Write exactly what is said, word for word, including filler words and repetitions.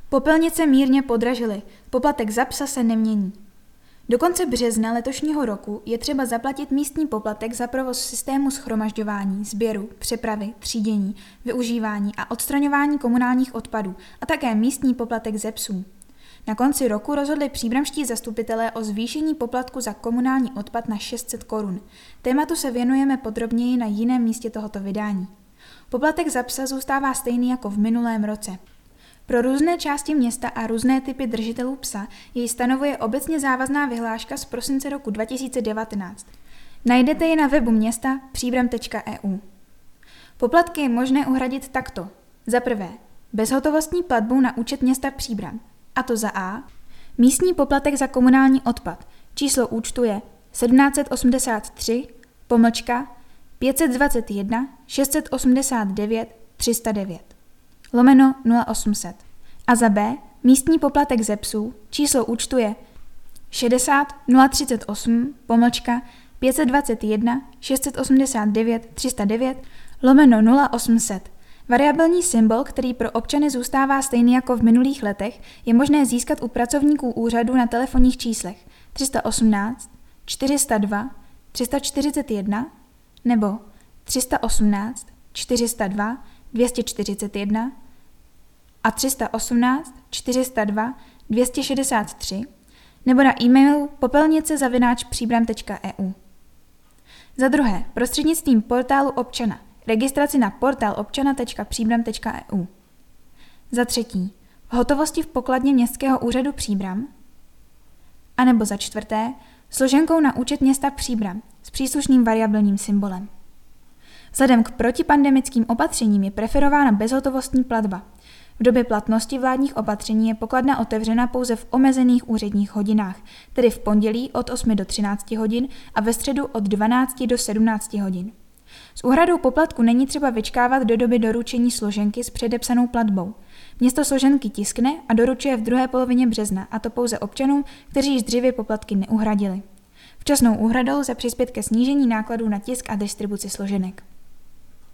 Popelnice mírně podražily, poplatek za psa se nemění. Do konce března letošního roku je třeba zaplatit místní poplatek za provoz systému shromažďování, sběru, přepravy, třídění, využívání a odstraňování komunálních odpadů a také místní poplatek ze psů. Na konci roku rozhodli příbramští zastupitelé o zvýšení poplatku za komunální odpad na šest set korun. Tématu se věnujeme podrobněji na jiném místě tohoto vydání. Poplatek za psa zůstává stejný jako v minulém roce. Pro různé části města a různé typy držitelů psa jej stanovuje obecně závazná vyhláška z prosince roku dva tisíce devatenáct. Najdete ji na webu města příbram tečka e u. Poplatky je možné uhradit takto. Za prvé, bezhotovostní platbou na účet města Příbram. A to za A. Místní poplatek za komunální odpad. Číslo účtu je sedmnáct osmdesát tři, pomlčka, pět set dvacet jedna, šest set osmdesát devět, tři sta devět. Lomeno nula osm set. A za B. Místní poplatek ze psů. Číslo účtu je šedesát nula třicet osm, pomlčka, pět set dvacet jedna, šest set osmdesát devět, tři sta devět, lomeno nula osm set. Variabilní symbol, který pro občany zůstává stejný jako v minulých letech, je možné získat u pracovníků úřadu na telefonních číslech tři sta osmnáct, čtyři sta dva, tři sta čtyřicet jedna nebo tři sta osmnáct, čtyři sta dva, dvě stě čtyřicet jedna a tři sta osmnáct, čtyři sta dva, dvě stě šedesát tři nebo na e-mailu popelnice zavináč příbram tečka e u. Za druhé, prostřednictvím portálu občana. Registraci na portál občana tečka příbram tečka e u. Za třetí, hotovosti v pokladně Městského úřadu Příbram. A nebo za čtvrté, složenkou na účet města Příbram s příslušným variabilním symbolem. Vzhledem k protipandemickým opatřením je preferována bezhotovostní platba. V době platnosti vládních opatření je pokladna otevřena pouze v omezených úředních hodinách, tedy v pondělí od osmi do třinácti hodin a ve středu od dvanácti do sedmnácti hodin. S úhradou poplatku není třeba vyčkávat do doby doručení složenky s předepsanou platbou. Město složenky tiskne a doručuje v druhé polovině března, a to pouze občanům, kteří již dříve poplatky neuhradili. Včasnou úhradou lze přispět ke snížení nákladů na tisk a distribuci složenek.